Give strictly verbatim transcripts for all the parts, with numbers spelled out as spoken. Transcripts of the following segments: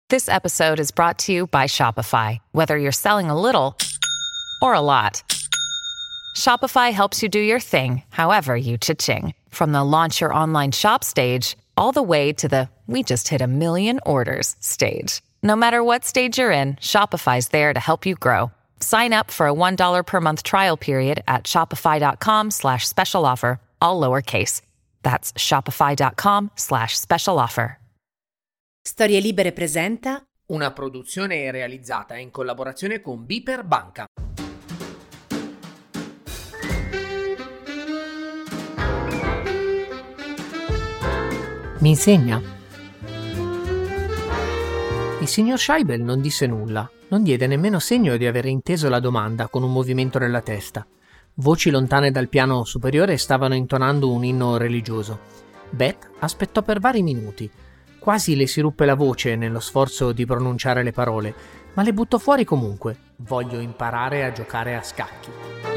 This episode is brought to you by Shopify. Whether you're selling a little or a lot, Shopify helps you do your thing, however you cha-ching. From the launch your online shop stage, all the way to the we just hit a million orders stage. No matter what stage you're in, Shopify's there to help you grow. Sign up for a one dollar per month trial period at shopify.com slash special offer, all lowercase. That's shopify.com slash special offer. Storie Libere presenta una produzione realizzata in collaborazione con Biper Banca. Mi insegna? Il signor Scheibel non disse nulla, non diede nemmeno segno di avere inteso la domanda con un movimento della testa. Voci lontane dal piano superiore stavano intonando un inno religioso. Beth aspettò per vari minuti. Quasi le si ruppe la voce nello sforzo di pronunciare le parole, ma le buttò fuori comunque. Voglio imparare a giocare a scacchi.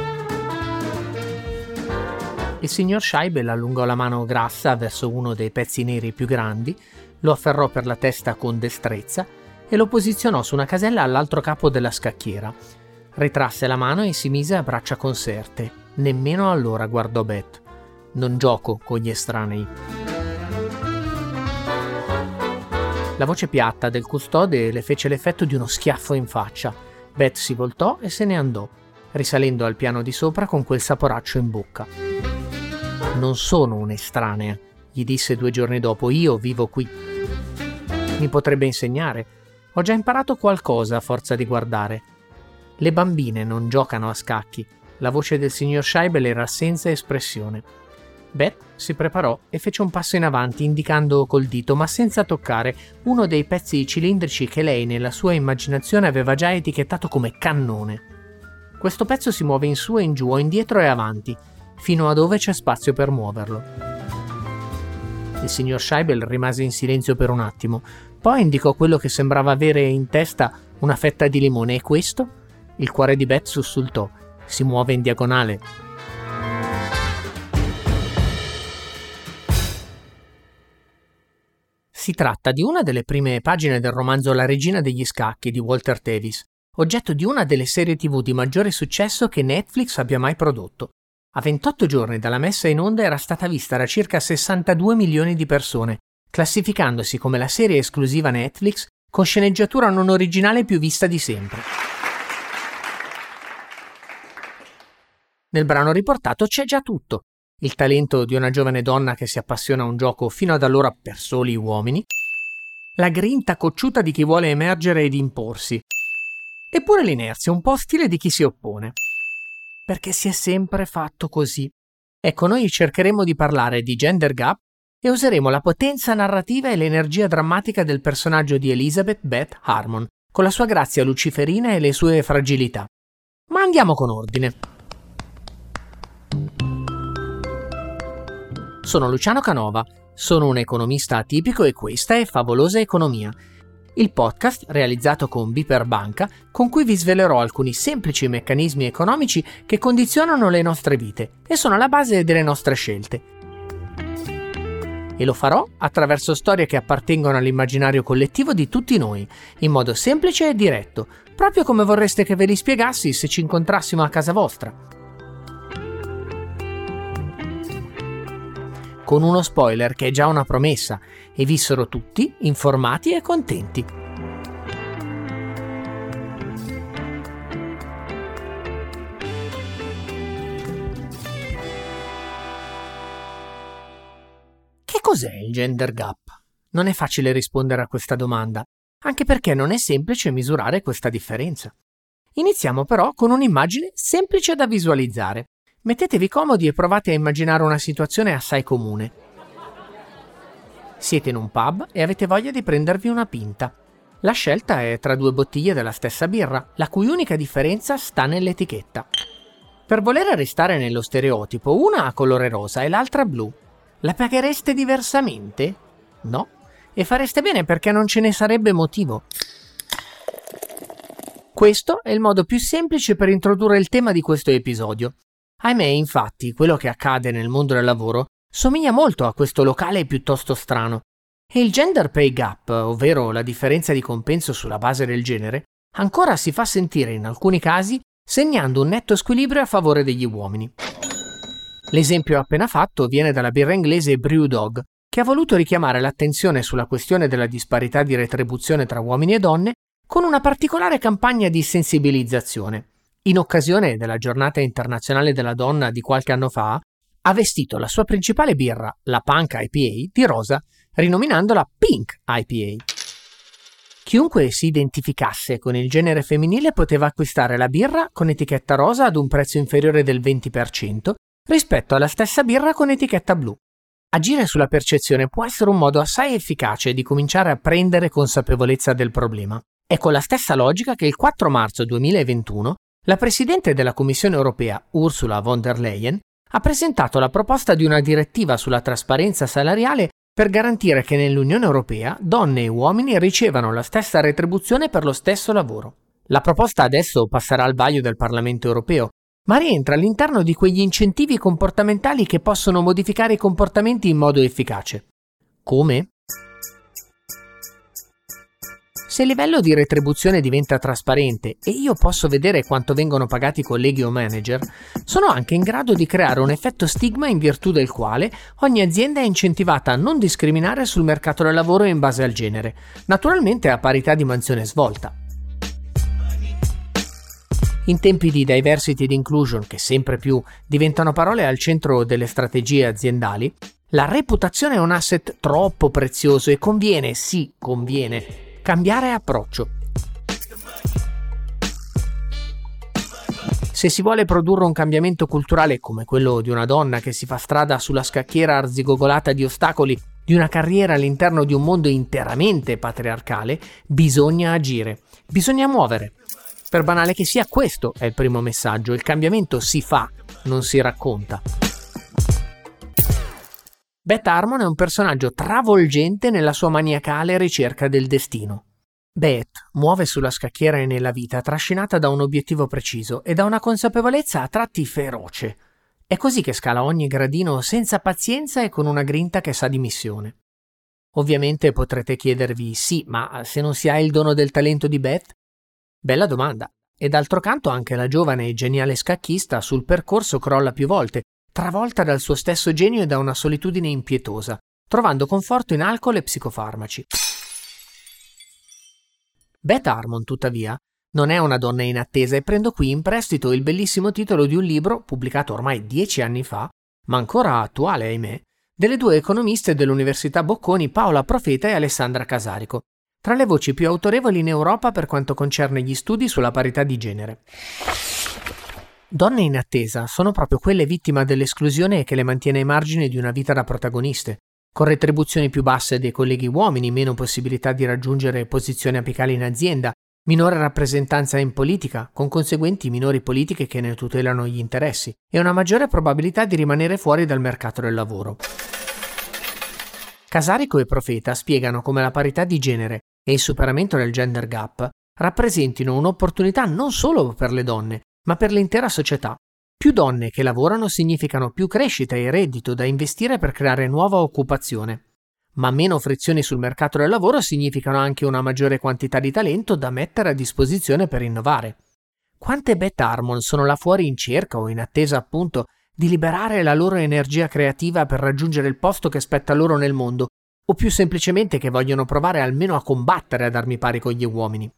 Il signor Scheibel allungò la mano grassa verso uno dei pezzi neri più grandi, lo afferrò per la testa con destrezza e lo posizionò su una casella all'altro capo della scacchiera. Ritrasse la mano e si mise a braccia conserte. Nemmeno allora guardò Beth. Non gioco con gli estranei. La voce piatta del custode le fece l'effetto di uno schiaffo in faccia. Beth si voltò e se ne andò, risalendo al piano di sopra con quel saporaccio in bocca. Non sono un'estranea, gli disse due giorni dopo. Io vivo qui. Mi potrebbe insegnare. Ho già imparato qualcosa a forza di guardare. Le bambine non giocano a scacchi. La voce del signor Scheibel era senza espressione. Beth si preparò e fece un passo in avanti indicando col dito, ma senza toccare, uno dei pezzi cilindrici che lei nella sua immaginazione aveva già etichettato come cannone. Questo pezzo si muove in su e in giù o indietro e avanti, fino a dove c'è spazio per muoverlo. Il signor Scheibel rimase in silenzio per un attimo, poi indicò quello che sembrava avere in testa una fetta di limone. E questo? Il cuore di Beth sussultò. Si muove in diagonale. Si tratta di una delle prime pagine del romanzo La regina degli scacchi di Walter Tevis, oggetto di una delle serie tivù di maggiore successo che Netflix abbia mai prodotto. A ventotto giorni dalla messa in onda era stata vista da circa sessantadue milioni di persone, classificandosi come la serie esclusiva Netflix con sceneggiatura non originale più vista di sempre. Nel brano riportato c'è già tutto. Il talento di una giovane donna che si appassiona a un gioco fino ad allora per soli uomini, la grinta cocciuta di chi vuole emergere ed imporsi, eppure l'inerzia un po' stile di chi si oppone. Perché si è sempre fatto così. Ecco, noi cercheremo di parlare di gender gap e useremo la potenza narrativa e l'energia drammatica del personaggio di Elizabeth Beth Harmon, con la sua grazia luciferina e le sue fragilità. Ma andiamo con ordine. Sono Luciano Canova, sono un economista atipico e questa è Favolosa Economia, il podcast realizzato con Biper Banca con cui vi svelerò alcuni semplici meccanismi economici che condizionano le nostre vite e sono alla base delle nostre scelte. E lo farò attraverso storie che appartengono all'immaginario collettivo di tutti noi, in modo semplice e diretto, proprio come vorreste che ve li spiegassi se ci incontrassimo a casa vostra. Con uno spoiler che è già una promessa, e vissero tutti informati e contenti. Che cos'è il gender gap? Non è facile rispondere a questa domanda, anche perché non è semplice misurare questa differenza. Iniziamo però con un'immagine semplice da visualizzare. Mettetevi comodi e provate a immaginare una situazione assai comune. Siete in un pub e avete voglia di prendervi una pinta. La scelta è tra due bottiglie della stessa birra, la cui unica differenza sta nell'etichetta. Per voler restare nello stereotipo, una ha colore rosa e l'altra blu. La paghereste diversamente? No. E fareste bene perché non ce ne sarebbe motivo. Questo è il modo più semplice per introdurre il tema di questo episodio. Ahimè, infatti, quello che accade nel mondo del lavoro somiglia molto a questo locale piuttosto strano. E il gender pay gap, ovvero la differenza di compenso sulla base del genere, ancora si fa sentire in alcuni casi, segnando un netto squilibrio a favore degli uomini. L'esempio appena fatto viene dalla birra inglese Brewdog, che ha voluto richiamare l'attenzione sulla questione della disparità di retribuzione tra uomini e donne con una particolare campagna di sensibilizzazione. In occasione della Giornata Internazionale della Donna di qualche anno fa, ha vestito la sua principale birra, la Punk I P A, di rosa, rinominandola Pink I P A. Chiunque si identificasse con il genere femminile poteva acquistare la birra con etichetta rosa ad un prezzo inferiore del venti per cento rispetto alla stessa birra con etichetta blu. Agire sulla percezione può essere un modo assai efficace di cominciare a prendere consapevolezza del problema. È con la stessa logica che il quattro marzo duemilaventuno la Presidente della Commissione europea, Ursula von der Leyen, ha presentato la proposta di una direttiva sulla trasparenza salariale per garantire che nell'Unione Europea donne e uomini ricevano la stessa retribuzione per lo stesso lavoro. La proposta adesso passerà al vaglio del Parlamento europeo, ma rientra all'interno di quegli incentivi comportamentali che possono modificare i comportamenti in modo efficace. Come? Se il livello di retribuzione diventa trasparente e io posso vedere quanto vengono pagati colleghi o manager, sono anche in grado di creare un effetto stigma in virtù del quale ogni azienda è incentivata a non discriminare sul mercato del lavoro in base al genere, naturalmente a parità di mansione svolta. In tempi di diversity ed inclusion, che sempre più diventano parole al centro delle strategie aziendali, la reputazione è un asset troppo prezioso e conviene, sì, conviene, cambiare approccio. Se si vuole produrre un cambiamento culturale come quello di una donna che si fa strada sulla scacchiera arzigogolata di ostacoli di una carriera all'interno di un mondo interamente patriarcale, bisogna agire, bisogna muovere. Per banale che sia, questo è il primo messaggio: il cambiamento si fa, non si racconta. Beth Harmon è un personaggio travolgente nella sua maniacale ricerca del destino. Beth muove sulla scacchiera e nella vita trascinata da un obiettivo preciso e da una consapevolezza a tratti feroce. È così che scala ogni gradino senza pazienza e con una grinta che sa di missione. Ovviamente potrete chiedervi: sì, ma se non si ha il dono del talento di Beth? Bella domanda. E d'altro canto anche la giovane e geniale scacchista sul percorso crolla più volte, travolta dal suo stesso genio e da una solitudine impietosa, trovando conforto in alcol e psicofarmaci. Beth Harmon, tuttavia, non è una donna in attesa e prendo qui in prestito il bellissimo titolo di un libro, pubblicato ormai dieci anni fa, ma ancora attuale, ahimè, delle due economiste dell'Università Bocconi Paola Profeta e Alessandra Casarico, tra le voci più autorevoli in Europa per quanto concerne gli studi sulla parità di genere. Donne in attesa sono proprio quelle vittime dell'esclusione che le mantiene ai margini di una vita da protagoniste, con retribuzioni più basse dei colleghi uomini, meno possibilità di raggiungere posizioni apicali in azienda, minore rappresentanza in politica, con conseguenti minori politiche che ne tutelano gli interessi, e una maggiore probabilità di rimanere fuori dal mercato del lavoro. Casarico e Profeta spiegano come la parità di genere e il superamento del gender gap rappresentino un'opportunità non solo per le donne, ma per l'intera società. Più donne che lavorano significano più crescita e reddito da investire per creare nuova occupazione, ma meno frizioni sul mercato del lavoro significano anche una maggiore quantità di talento da mettere a disposizione per innovare. Quante Beth Harmon sono là fuori in cerca o in attesa appunto di liberare la loro energia creativa per raggiungere il posto che spetta loro nel mondo, o più semplicemente che vogliono provare almeno a combattere ad armi pari con gli uomini.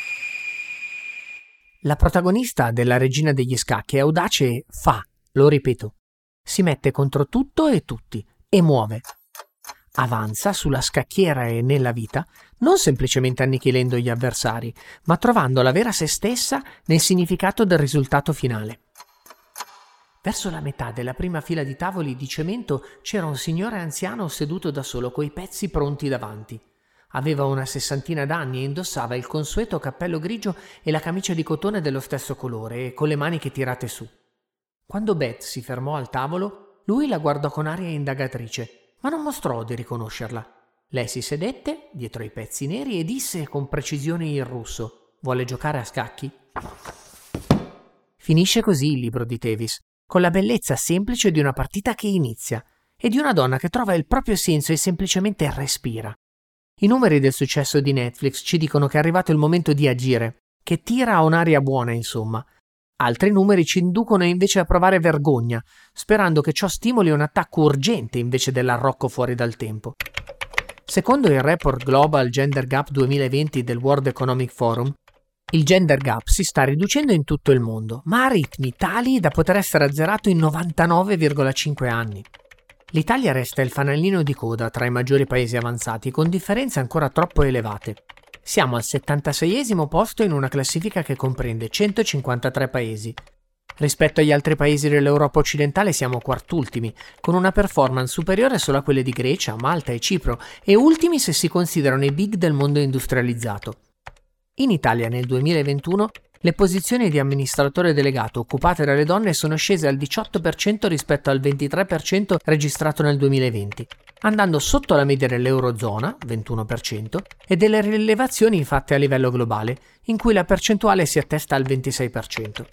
La protagonista della Regina degli Scacchi è audace e fa, lo ripeto, si mette contro tutto e tutti e muove. Avanza sulla scacchiera e nella vita, non semplicemente annichilendo gli avversari, ma trovando la vera se stessa nel significato del risultato finale. Verso la metà della prima fila di tavoli di cemento c'era un signore anziano seduto da solo coi pezzi pronti davanti. Aveva una sessantina d'anni e indossava il consueto cappello grigio e la camicia di cotone dello stesso colore, con le maniche tirate su. Quando Beth si fermò al tavolo, lui la guardò con aria indagatrice, ma non mostrò di riconoscerla. Lei si sedette dietro i pezzi neri e disse con precisione in russo: «Vuole giocare a scacchi?» Finisce così il libro di Tevis, con la bellezza semplice di una partita che inizia e di una donna che trova il proprio senso e semplicemente respira. I numeri del successo di Netflix ci dicono che è arrivato il momento di agire, che tira a un'aria buona, insomma. Altri numeri ci inducono invece a provare vergogna, sperando che ciò stimoli un attacco urgente invece dell'arrocco fuori dal tempo. Secondo il report Global Gender Gap duemilaventi del World Economic Forum, il gender gap si sta riducendo in tutto il mondo, ma a ritmi tali da poter essere azzerato in novantanove virgola cinque anni. L'Italia resta il fanalino di coda tra i maggiori paesi avanzati, con differenze ancora troppo elevate. Siamo al settantaseiesimo posto in una classifica che comprende centocinquantatré paesi. Rispetto agli altri paesi dell'Europa occidentale siamo quartultimi, con una performance superiore solo a quelle di Grecia, Malta e Cipro, e ultimi se si considerano i big del mondo industrializzato. In Italia nel duemilaventuno le posizioni di amministratore delegato occupate dalle donne sono scese al diciotto per cento rispetto al ventitré per cento registrato nel duemilaventi, andando sotto la media dell'Eurozona, ventuno per cento, e delle rilevazioni fatte a livello globale, in cui la percentuale si attesta al ventisei per cento.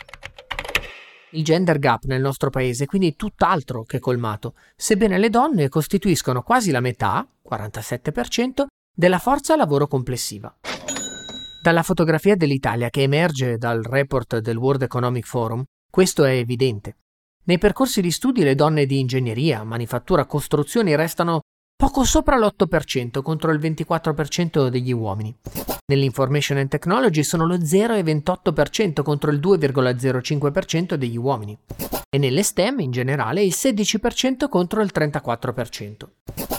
Il gender gap nel nostro paese è quindi tutt'altro che colmato, sebbene le donne costituiscono quasi la metà, quarantasette per cento, della forza lavoro complessiva. Dalla fotografia dell'Italia che emerge dal report del World Economic Forum, questo è evidente. Nei percorsi di studi le donne di ingegneria, manifattura, costruzioni restano poco sopra l'otto per cento contro il ventiquattro per cento degli uomini. Nell'information and technology sono lo zero virgola ventotto per cento contro il due virgola zero cinque per cento degli uomini. E nelle STEM in generale il sedici per cento contro il trentaquattro per cento.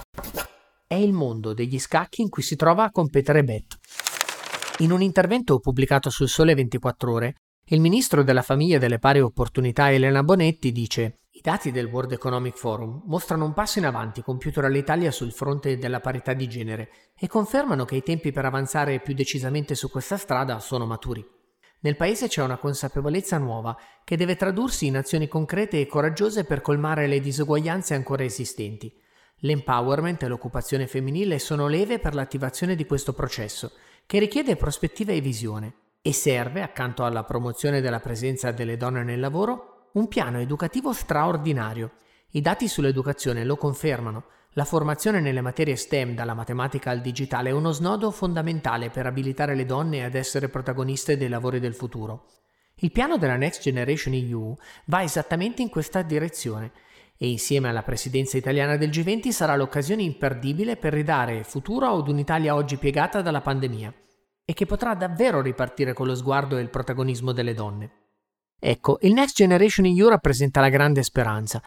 È il mondo degli scacchi in cui si trova a competere Beth. In un intervento pubblicato sul Sole ventiquattro Ore, il ministro della Famiglia e delle Pari Opportunità Elena Bonetti dice: i dati del World Economic Forum mostrano un passo in avanti compiuto dall'Italia sul fronte della parità di genere e confermano che i tempi per avanzare più decisamente su questa strada sono maturi. Nel paese c'è una consapevolezza nuova che deve tradursi in azioni concrete e coraggiose per colmare le disuguaglianze ancora esistenti. L'empowerment e l'occupazione femminile sono leve per l'attivazione di questo processo, che richiede prospettiva e visione, e serve, accanto alla promozione della presenza delle donne nel lavoro, un piano educativo straordinario. I dati sull'educazione lo confermano. La formazione nelle materie STEM, dalla matematica al digitale, è uno snodo fondamentale per abilitare le donne ad essere protagoniste dei lavori del futuro. Il piano della Next Generation E U va esattamente in questa direzione e insieme alla presidenza italiana del G venti sarà l'occasione imperdibile per ridare futuro ad un'Italia oggi piegata dalla pandemia e che potrà davvero ripartire con lo sguardo e il protagonismo delle donne. Ecco, il Next Generation E U rappresenta la grande speranza.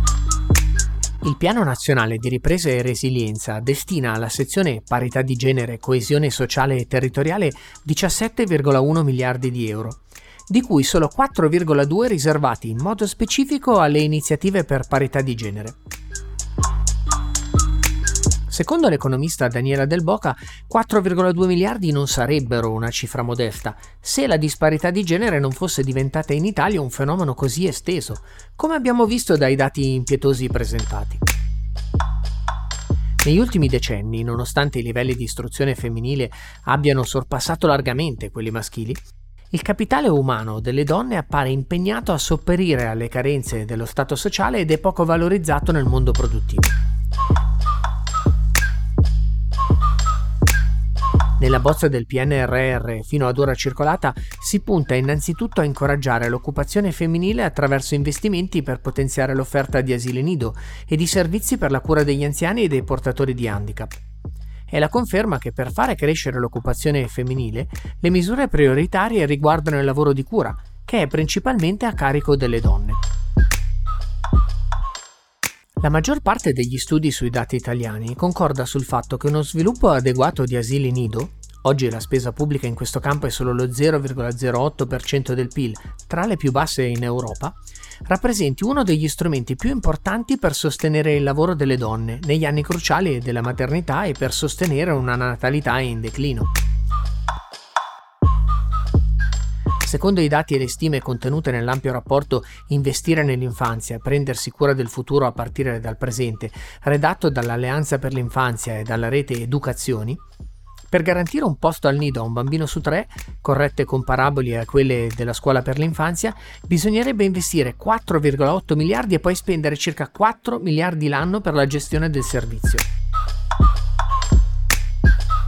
Il Piano Nazionale di Ripresa e Resilienza destina alla sezione Parità di genere, coesione sociale e territoriale diciassette virgola uno miliardi di euro, di cui solo quattro virgola due riservati in modo specifico alle iniziative per parità di genere. Secondo l'economista Daniela Del Boca, quattro virgola due miliardi non sarebbero una cifra modesta se la disparità di genere non fosse diventata in Italia un fenomeno così esteso, come abbiamo visto dai dati impietosi presentati. Negli ultimi decenni, nonostante i livelli di istruzione femminile abbiano sorpassato largamente quelli maschili, il capitale umano delle donne appare impegnato a sopperire alle carenze dello stato sociale ed è poco valorizzato nel mondo produttivo. Nella bozza del P N R R fino ad ora circolata si punta innanzitutto a incoraggiare l'occupazione femminile attraverso investimenti per potenziare l'offerta di asili nido e di servizi per la cura degli anziani e dei portatori di handicap. È la conferma che per fare crescere l'occupazione femminile le misure prioritarie riguardano il lavoro di cura, che è principalmente a carico delle donne. La maggior parte degli studi sui dati italiani concorda sul fatto che uno sviluppo adeguato di asili nido, oggi la spesa pubblica in questo campo è solo lo zero virgola zero otto per cento del P I L, tra le più basse in Europa, rappresenti uno degli strumenti più importanti per sostenere il lavoro delle donne negli anni cruciali della maternità e per sostenere una natalità in declino. Secondo i dati e le stime contenute nell'ampio rapporto Investire nell'infanzia, prendersi cura del futuro a partire dal presente, redatto dall'Alleanza per l'Infanzia e dalla rete Educazioni, per garantire un posto al nido a un bambino su tre, corrette comparabili a quelle della scuola per l'infanzia, bisognerebbe investire quattro virgola otto miliardi e poi spendere circa quattro miliardi l'anno per la gestione del servizio.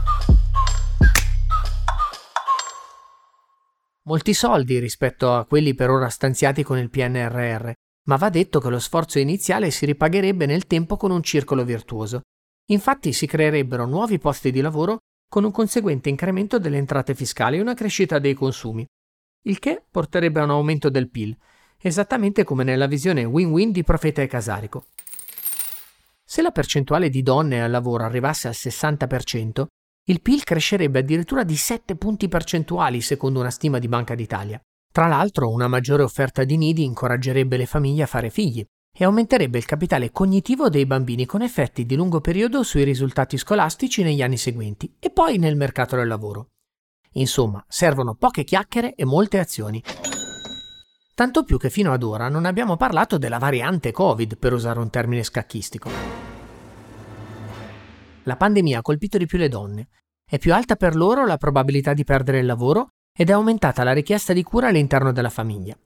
Molti soldi rispetto a quelli per ora stanziati con il P N R R, ma va detto che lo sforzo iniziale si ripagherebbe nel tempo con un circolo virtuoso. Infatti si creerebbero nuovi posti di lavoro con un conseguente incremento delle entrate fiscali e una crescita dei consumi, il che porterebbe a un aumento del P I L, esattamente come nella visione win-win di Profeta e Casarico. Se la percentuale di donne al lavoro arrivasse al sessanta per cento, il P I L crescerebbe addirittura di sette punti percentuali secondo una stima di Banca d'Italia. Tra l'altro, una maggiore offerta di nidi incoraggerebbe le famiglie a fare figli e aumenterebbe il capitale cognitivo dei bambini con effetti di lungo periodo sui risultati scolastici negli anni seguenti e poi nel mercato del lavoro. Insomma, servono poche chiacchiere e molte azioni. Tanto più che fino ad ora non abbiamo parlato della variante Covid, per usare un termine scacchistico. La pandemia ha colpito di più le donne. È più alta per loro la probabilità di perdere il lavoro ed è aumentata la richiesta di cura all'interno della famiglia.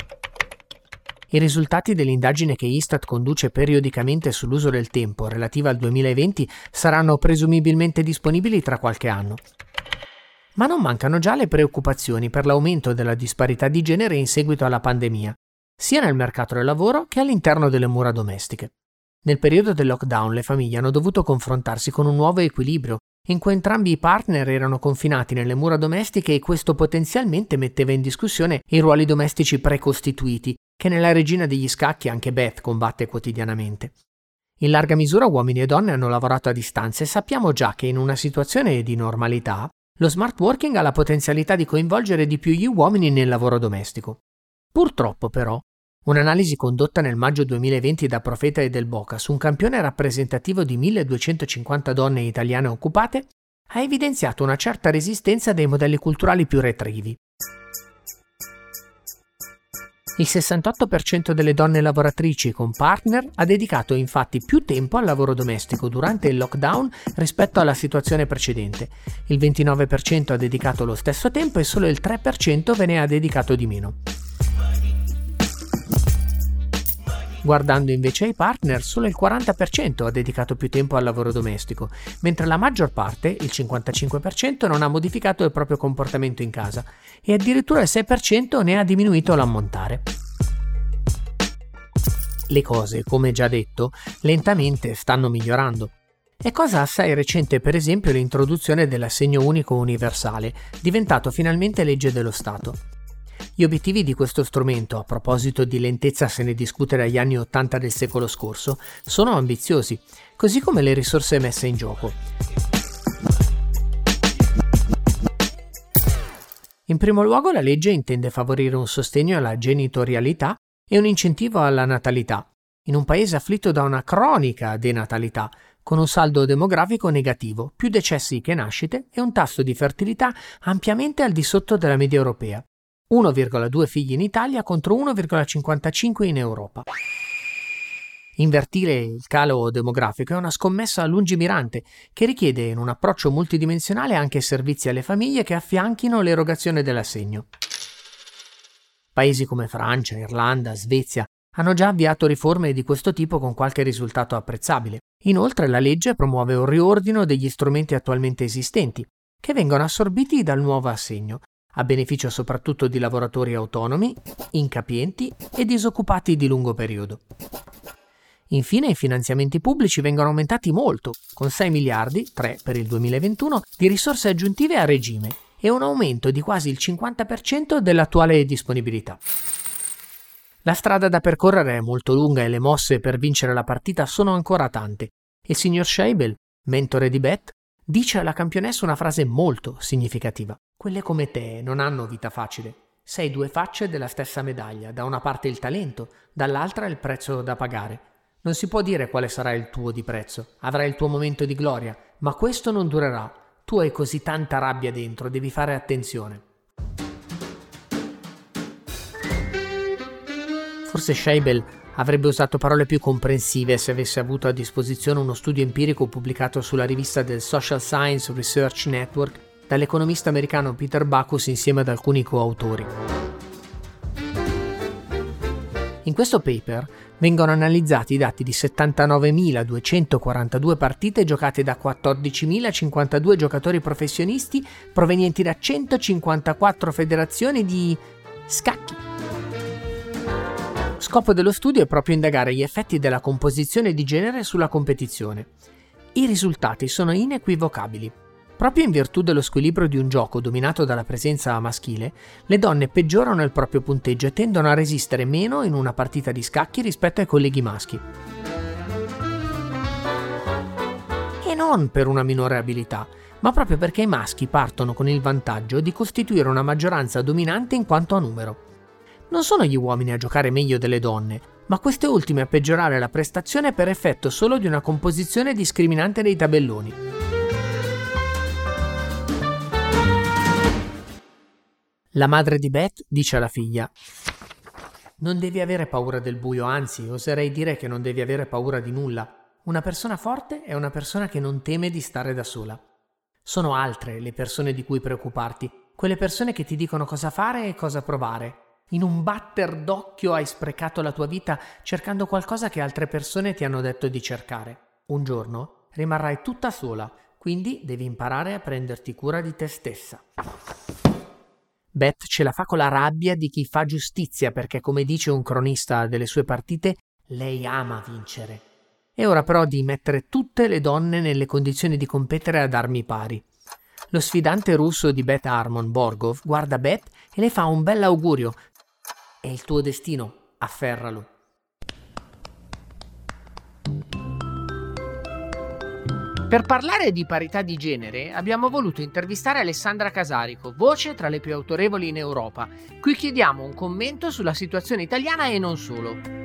I risultati dell'indagine che Istat conduce periodicamente sull'uso del tempo relativa al duemilaventi saranno presumibilmente disponibili tra qualche anno. Ma non mancano già le preoccupazioni per l'aumento della disparità di genere in seguito alla pandemia, sia nel mercato del lavoro che all'interno delle mura domestiche. Nel periodo del lockdown le famiglie hanno dovuto confrontarsi con un nuovo equilibrio, in cui entrambi i partner erano confinati nelle mura domestiche e questo potenzialmente metteva in discussione i ruoli domestici precostituiti, che nella regina degli scacchi anche Beth combatte quotidianamente. In larga misura uomini e donne hanno lavorato a distanza e sappiamo già che in una situazione di normalità lo smart working ha la potenzialità di coinvolgere di più gli uomini nel lavoro domestico. Purtroppo però, un'analisi condotta nel maggio duemilaventi da Profeta e Del Boca su un campione rappresentativo di milleduecentocinquanta donne italiane occupate ha evidenziato una certa resistenza dei modelli culturali più retrivi. Il sessantotto per cento delle donne lavoratrici con partner ha dedicato infatti più tempo al lavoro domestico durante il lockdown rispetto alla situazione precedente. Il ventinove per cento ha dedicato lo stesso tempo e solo il tre per cento ve ne ha dedicato di meno. Guardando invece ai partner, solo il quaranta per cento ha dedicato più tempo al lavoro domestico, mentre la maggior parte, il cinquantacinque per cento, non ha modificato il proprio comportamento in casa e addirittura il sei per cento ne ha diminuito l'ammontare. Le cose, come già detto, lentamente stanno migliorando. È cosa assai recente per esempio l'introduzione dell'assegno unico universale, diventato finalmente legge dello Stato. Gli obiettivi di questo strumento, a proposito di lentezza se ne discute dagli anni ottanta del secolo scorso, sono ambiziosi, così come le risorse messe in gioco. In primo luogo la legge intende favorire un sostegno alla genitorialità e un incentivo alla natalità, in un paese afflitto da una cronica denatalità, con un saldo demografico negativo, più decessi che nascite e un tasso di fertilità ampiamente al di sotto della media europea. uno virgola due figli in Italia contro uno virgola cinquantacinque in Europa. Invertire il calo demografico è una scommessa lungimirante che richiede in un approccio multidimensionale anche servizi alle famiglie che affianchino l'erogazione dell'assegno. Paesi come Francia, Irlanda, Svezia hanno già avviato riforme di questo tipo con qualche risultato apprezzabile. Inoltre la legge promuove un riordino degli strumenti attualmente esistenti, che vengono assorbiti dal nuovo assegno, a beneficio soprattutto di lavoratori autonomi, incapienti e disoccupati di lungo periodo. Infine i finanziamenti pubblici vengono aumentati molto, con sei miliardi, tre per il duemilaventuno, di risorse aggiuntive a regime e un aumento di quasi il cinquanta per cento dell'attuale disponibilità. La strada da percorrere è molto lunga e le mosse per vincere la partita sono ancora tante. Il signor Scheibel, mentore di Beth, dice alla campionessa una frase molto significativa. Quelle come te non hanno vita facile. Sei due facce della stessa medaglia, da una parte il talento, dall'altra il prezzo da pagare. Non si può dire quale sarà il tuo di prezzo. Avrai il tuo momento di gloria, ma questo non durerà. Tu hai così tanta rabbia dentro, devi fare attenzione. Forse Scheibel avrebbe usato parole più comprensive se avesse avuto a disposizione uno studio empirico pubblicato sulla rivista del Social Science Research Network dall'economista americano Peter Backus insieme ad alcuni coautori. In questo paper vengono analizzati i dati di settantanovemiladuecentoquarantadue partite giocate da quattordicimilacinquantadue giocatori professionisti provenienti da centocinquantaquattro federazioni di scacchi. Scopo dello studio è proprio indagare gli effetti della composizione di genere sulla competizione. I risultati sono inequivocabili. Proprio in virtù dello squilibrio di un gioco dominato dalla presenza maschile, le donne peggiorano il proprio punteggio e tendono a resistere meno in una partita di scacchi rispetto ai colleghi maschi. E non per una minore abilità, ma proprio perché i maschi partono con il vantaggio di costituire una maggioranza dominante in quanto a numero. Non sono gli uomini a giocare meglio delle donne, ma queste ultime a peggiorare la prestazione per effetto solo di una composizione discriminante dei tabelloni. La madre di Beth dice alla figlia: «Non devi avere paura del buio, anzi, oserei dire che non devi avere paura di nulla. Una persona forte è una persona che non teme di stare da sola. Sono altre le persone di cui preoccuparti, quelle persone che ti dicono cosa fare e cosa provare. In un batter d'occhio hai sprecato la tua vita cercando qualcosa che altre persone ti hanno detto di cercare. Un giorno rimarrai tutta sola, quindi devi imparare a prenderti cura di te stessa». Beth ce la fa con la rabbia di chi fa giustizia perché, come dice un cronista delle sue partite, lei ama vincere. È ora però di mettere tutte le donne nelle condizioni di competere ad armi pari. Lo sfidante russo di Beth Harmon, Borgov, guarda Beth e le fa un bel augurio. È il tuo destino, afferralo. Per parlare di parità di genere abbiamo voluto intervistare Alessandra Casarico, voce tra le più autorevoli in Europa. Qui chiediamo un commento sulla situazione italiana e non solo.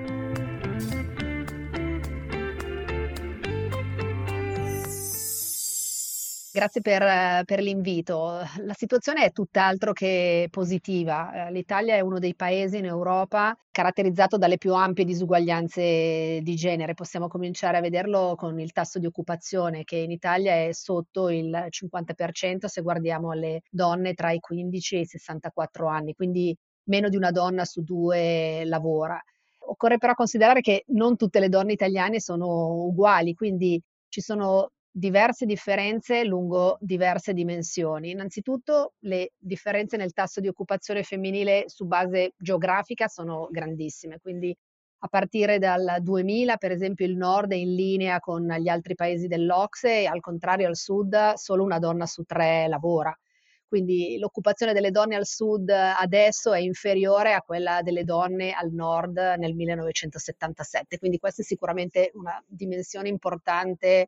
Grazie per, per l'invito. La situazione è tutt'altro che positiva. L'Italia è uno dei paesi in Europa caratterizzato dalle più ampie disuguaglianze di genere. Possiamo cominciare a vederlo con il tasso di occupazione, che in Italia è sotto il cinquanta per cento se guardiamo alle donne tra i quindici e i sessantaquattro anni, quindi meno di una donna su due lavora. Occorre però considerare che non tutte le donne italiane sono uguali, quindi ci sono diverse differenze lungo diverse dimensioni. Innanzitutto le differenze nel tasso di occupazione femminile su base geografica sono grandissime, quindi a partire dal duemila, per esempio, il nord è in linea con gli altri paesi dell'O C S E e al contrario al sud solo una donna su tre lavora. Quindi l'occupazione delle donne al sud adesso è inferiore a quella delle donne al nord nel millenovecentosettantasette, quindi questa è sicuramente una dimensione importante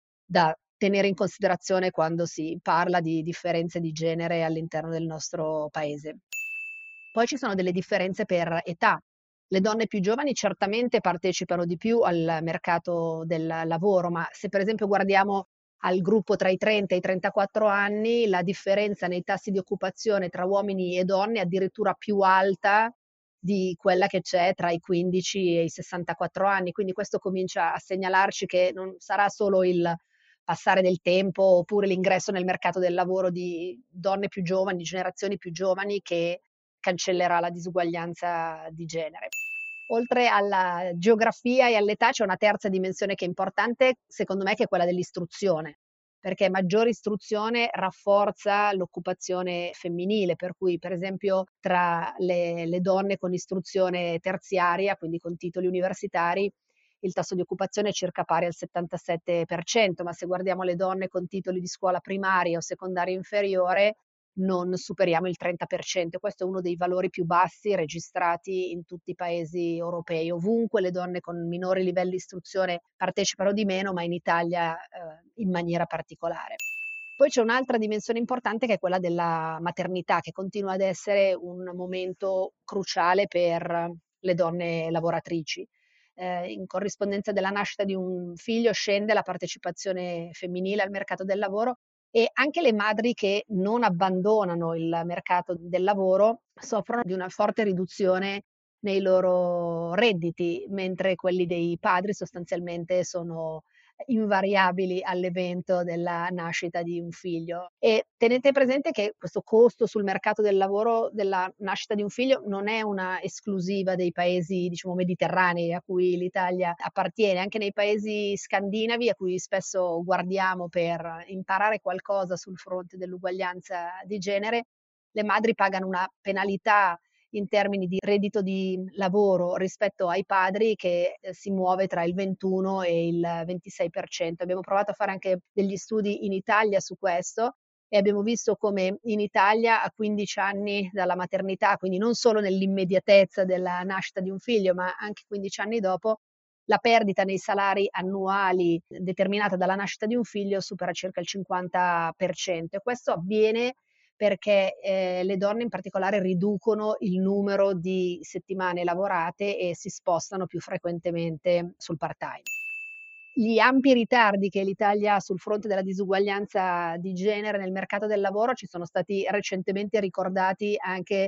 da tenere in considerazione quando si parla di differenze di genere all'interno del nostro paese. Poi ci sono delle differenze per età. Le donne più giovani certamente partecipano di più al mercato del lavoro, ma se per esempio guardiamo al gruppo tra i trenta e i trentaquattro anni, la differenza nei tassi di occupazione tra uomini e donne è addirittura più alta di quella che c'è tra i quindici e i sessantaquattro anni. Quindi questo comincia a segnalarci che non sarà solo il passare del tempo oppure l'ingresso nel mercato del lavoro di donne più giovani, generazioni più giovani, che cancellerà la disuguaglianza di genere. Oltre alla geografia e all'età c'è una terza dimensione che è importante, secondo me, che è quella dell'istruzione, perché maggiore istruzione rafforza l'occupazione femminile, per cui per esempio tra le, le donne con istruzione terziaria, quindi con titoli universitari, il tasso di occupazione è circa pari al settantasette per cento, ma se guardiamo le donne con titoli di scuola primaria o secondaria inferiore non superiamo il trenta per cento. Questo è uno dei valori più bassi registrati in tutti i paesi europei. Ovunque le donne con minori livelli di istruzione partecipano di meno, ma in Italia eh, in maniera particolare. Poi c'è un'altra dimensione importante che è quella della maternità, che continua ad essere un momento cruciale per le donne lavoratrici. Eh, in corrispondenza della nascita di un figlio scende la partecipazione femminile al mercato del lavoro e anche le madri che non abbandonano il mercato del lavoro soffrono di una forte riduzione nei loro redditi, mentre quelli dei padri sostanzialmente sono invariabili all'evento della nascita di un figlio. E tenete presente che questo costo sul mercato del lavoro della nascita di un figlio non è una esclusiva dei paesi, diciamo, mediterranei a cui l'Italia appartiene. Anche nei paesi scandinavi, a cui spesso guardiamo per imparare qualcosa sul fronte dell'uguaglianza di genere, le madri pagano una penalità in termini di reddito di lavoro rispetto ai padri che eh, si muove tra il ventuno e il ventisei per cento. Abbiamo provato a fare anche degli studi in Italia su questo e abbiamo visto come in Italia a quindici anni dalla maternità, quindi non solo nell'immediatezza della nascita di un figlio, ma anche quindici anni dopo, la perdita nei salari annuali determinata dalla nascita di un figlio supera circa il cinquanta per cento, e questo avviene perché eh, le donne in particolare riducono il numero di settimane lavorate e si spostano più frequentemente sul part-time. Gli ampi ritardi che l'Italia ha sul fronte della disuguaglianza di genere nel mercato del lavoro ci sono stati recentemente ricordati anche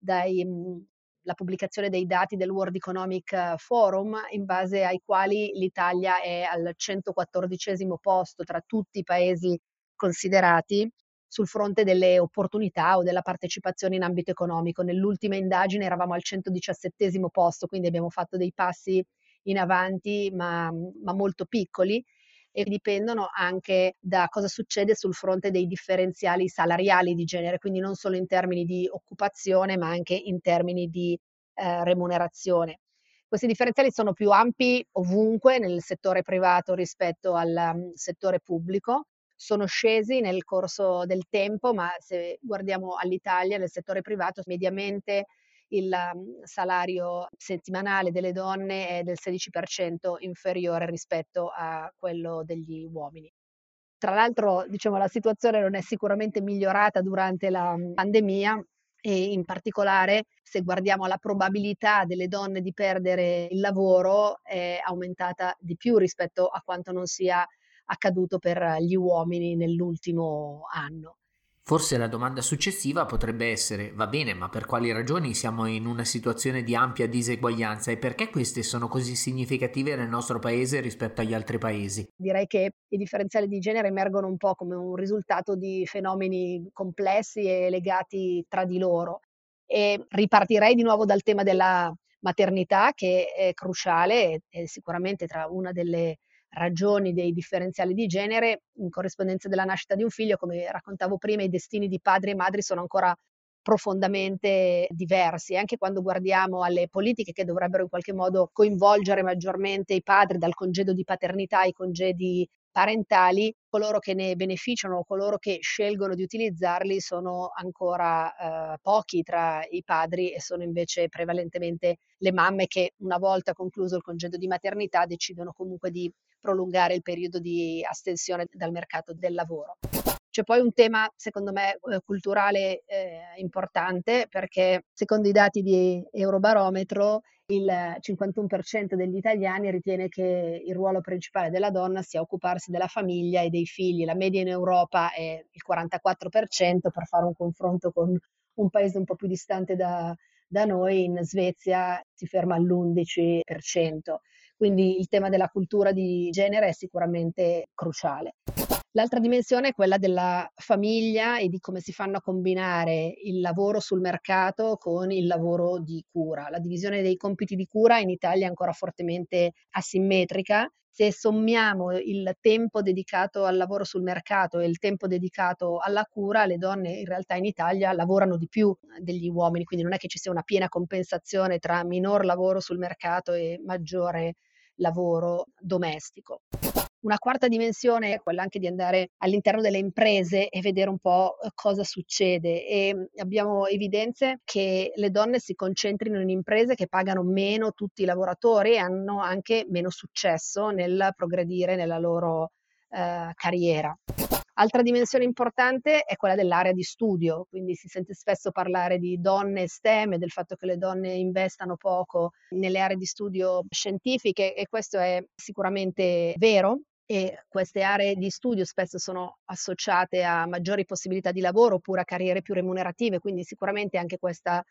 dalla pubblicazione dei dati del World Economic Forum, in base ai quali l'Italia è al centoquattordicesimo posto tra tutti i paesi considerati sul fronte delle opportunità o della partecipazione in ambito economico. Nell'ultima indagine eravamo al centodiciassettesimo posto, quindi abbiamo fatto dei passi in avanti, ma, ma molto piccoli, e dipendono anche da cosa succede sul fronte dei differenziali salariali di genere, quindi non solo in termini di occupazione, ma anche in termini di eh, remunerazione. Questi differenziali sono più ampi ovunque nel settore privato rispetto al um, settore pubblico. Sono scesi nel corso del tempo, ma se guardiamo all'Italia, nel settore privato, mediamente il um, salario settimanale delle donne è del sedici per cento inferiore rispetto a quello degli uomini. Tra l'altro, diciamo, la situazione non è sicuramente migliorata durante la pandemia e in particolare se guardiamo la probabilità delle donne di perdere il lavoro è aumentata di più rispetto a quanto non sia accaduto per gli uomini nell'ultimo anno. Forse la domanda successiva potrebbe essere: va bene, ma per quali ragioni siamo in una situazione di ampia diseguaglianza e perché queste sono così significative nel nostro paese rispetto agli altri paesi? Direi che i differenziali di genere emergono un po' come un risultato di fenomeni complessi e legati tra di loro. E ripartirei di nuovo dal tema della maternità, che è cruciale e sicuramente tra una delle ragioni dei differenziali di genere, in corrispondenza della nascita di un figlio, come raccontavo prima, i destini di padri e madri sono ancora profondamente diversi. Anche quando guardiamo alle politiche che dovrebbero in qualche modo coinvolgere maggiormente i padri, dal congedo di paternità ai congedi parentali, coloro che ne beneficiano o coloro che scelgono di utilizzarli sono ancora eh, pochi tra i padri, e sono invece prevalentemente le mamme che, una volta concluso il congedo di maternità, decidono comunque di prolungare il periodo di astensione dal mercato del lavoro. C'è poi un tema, secondo me, eh, culturale eh, importante, perché secondo i dati di Eurobarometro il cinquantuno per cento degli italiani ritiene che il ruolo principale della donna sia occuparsi della famiglia e dei figli. La media in Europa è il quarantaquattro per cento, per fare un confronto con un paese un po' più distante da, da noi, in Svezia si ferma all'undici per cento. Quindi il tema della cultura di genere è sicuramente cruciale. L'altra dimensione è quella della famiglia e di come si fanno a combinare il lavoro sul mercato con il lavoro di cura. La divisione dei compiti di cura in Italia è ancora fortemente asimmetrica. Se sommiamo il tempo dedicato al lavoro sul mercato e il tempo dedicato alla cura, le donne in realtà in Italia lavorano di più degli uomini, quindi non è che ci sia una piena compensazione tra minor lavoro sul mercato e maggiore lavoro domestico. Una quarta dimensione è quella anche di andare all'interno delle imprese e vedere un po' cosa succede, e abbiamo evidenze che le donne si concentrino in imprese che pagano meno tutti i lavoratori e hanno anche meno successo nel progredire nella loro eh, carriera. Altra dimensione importante è quella dell'area di studio, quindi si sente spesso parlare di donne STEM e del fatto che le donne investano poco nelle aree di studio scientifiche, e questo è sicuramente vero. E queste aree di studio spesso sono associate a maggiori possibilità di lavoro oppure a carriere più remunerative, quindi sicuramente anche questa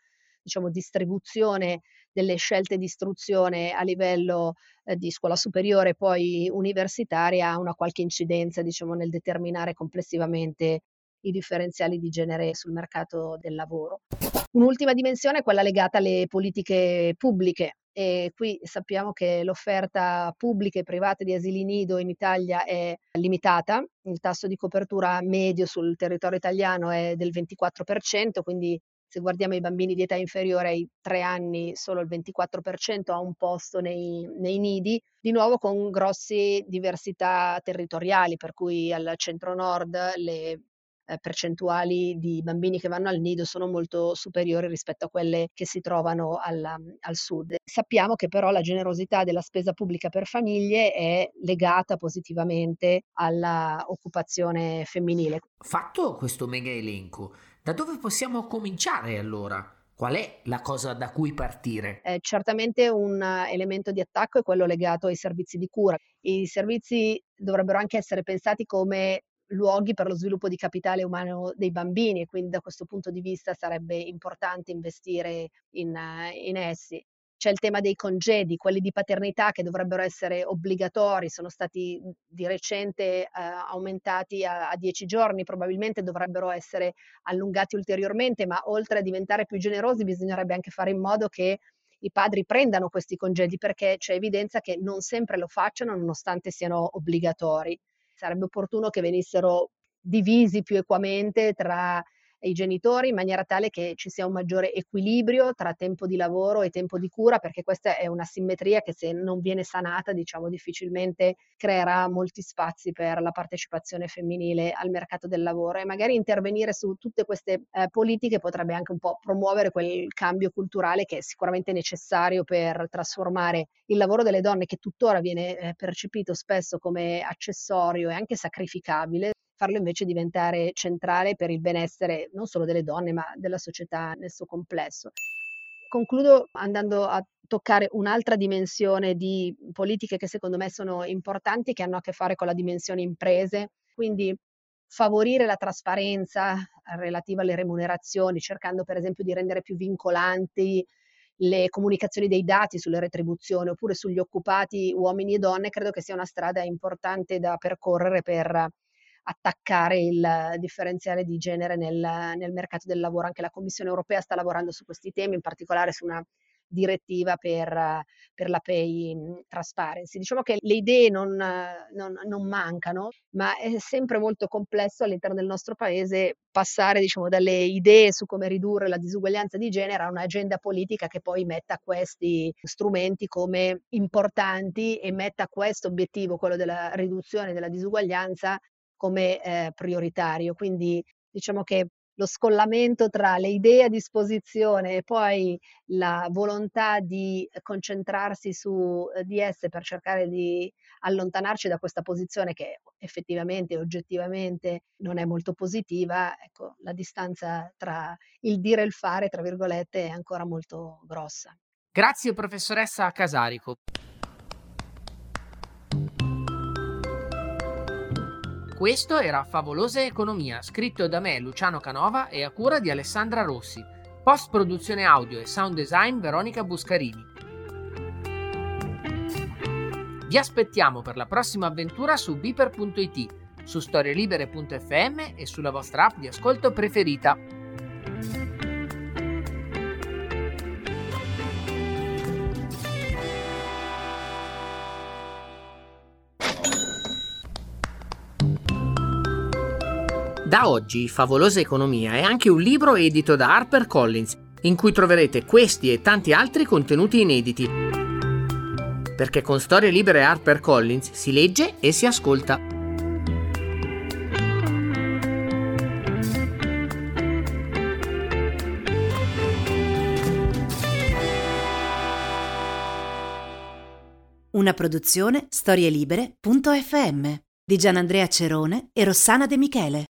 diciamo, distribuzione delle scelte di istruzione a livello eh, di scuola superiore e poi universitaria ha una qualche incidenza, diciamo, nel determinare complessivamente i differenziali di genere sul mercato del lavoro. Un'ultima dimensione è quella legata alle politiche pubbliche. E qui sappiamo che l'offerta pubblica e privata di asili nido in Italia è limitata, il tasso di copertura medio sul territorio italiano è del ventiquattro per cento, quindi se guardiamo i bambini di età inferiore ai tre anni solo il ventiquattro per cento ha un posto nei, nei nidi, di nuovo con grosse diversità territoriali, per cui al centro-nord le eh, percentuali di bambini che vanno al nido sono molto superiori rispetto a quelle che si trovano al, al sud. Sappiamo che però la generosità della spesa pubblica per famiglie è legata positivamente alla occupazione femminile. Fatto questo mega elenco, da dove possiamo cominciare allora? Qual è la cosa da cui partire? Eh, certamente un eh, elemento di attacco è quello legato ai servizi di cura. I servizi dovrebbero anche essere pensati come luoghi per lo sviluppo di capitale umano dei bambini e quindi da questo punto di vista sarebbe importante investire in, eh, in essi. C'è il tema dei congedi, quelli di paternità che dovrebbero essere obbligatori, sono stati di recente eh, aumentati a, a dieci giorni, probabilmente dovrebbero essere allungati ulteriormente, ma oltre a diventare più generosi bisognerebbe anche fare in modo che i padri prendano questi congedi perché c'è evidenza che non sempre lo facciano nonostante siano obbligatori. Sarebbe opportuno che venissero divisi più equamente tra i genitori in maniera tale che ci sia un maggiore equilibrio tra tempo di lavoro e tempo di cura, perché questa è una simmetria che se non viene sanata, diciamo, difficilmente creerà molti spazi per la partecipazione femminile al mercato del lavoro e magari intervenire su tutte queste eh, politiche potrebbe anche un po' promuovere quel cambio culturale che è sicuramente necessario per trasformare il lavoro delle donne, che tuttora viene eh, percepito spesso come accessorio e anche sacrificabile, farlo invece diventare centrale per il benessere non solo delle donne, ma della società nel suo complesso. Concludo andando a toccare un'altra dimensione di politiche che secondo me sono importanti, che hanno a che fare con la dimensione imprese, quindi favorire la trasparenza relativa alle remunerazioni, cercando per esempio di rendere più vincolanti le comunicazioni dei dati sulle retribuzioni oppure sugli occupati uomini e donne, credo che sia una strada importante da percorrere per attaccare il differenziale di genere nel, nel mercato del lavoro. Anche la Commissione europea sta lavorando su questi temi, in particolare su una direttiva per, per la pay transparency. Diciamo che le idee non, non, non mancano, ma è sempre molto complesso all'interno del nostro paese passare, diciamo, dalle idee su come ridurre la disuguaglianza di genere a un'agenda politica che poi metta questi strumenti come importanti e metta questo obiettivo, quello della riduzione della disuguaglianza, come eh, prioritario. Quindi diciamo che lo scollamento tra le idee a disposizione e poi la volontà di concentrarsi su eh, di esse per cercare di allontanarci da questa posizione che effettivamente e oggettivamente non è molto positiva, ecco, la distanza tra il dire e il fare, tra virgolette, è ancora molto grossa. Grazie professoressa Casarico. Questo era Favolosa Economia, scritto da me, Luciano Canova, e a cura di Alessandra Rossi. Post-produzione audio e sound design Veronica Buscarini. Vi aspettiamo per la prossima avventura su Beeper punto it, su storielibere punto effe emme e sulla vostra app di ascolto preferita. Da oggi Favolosa Economia è anche un libro edito da HarperCollins, in cui troverete questi e tanti altri contenuti inediti. Perché con Storie Libere e HarperCollins si legge e si ascolta. Una produzione storielibere punto effe emme di Gianandrea Cerone e Rossana De Michele.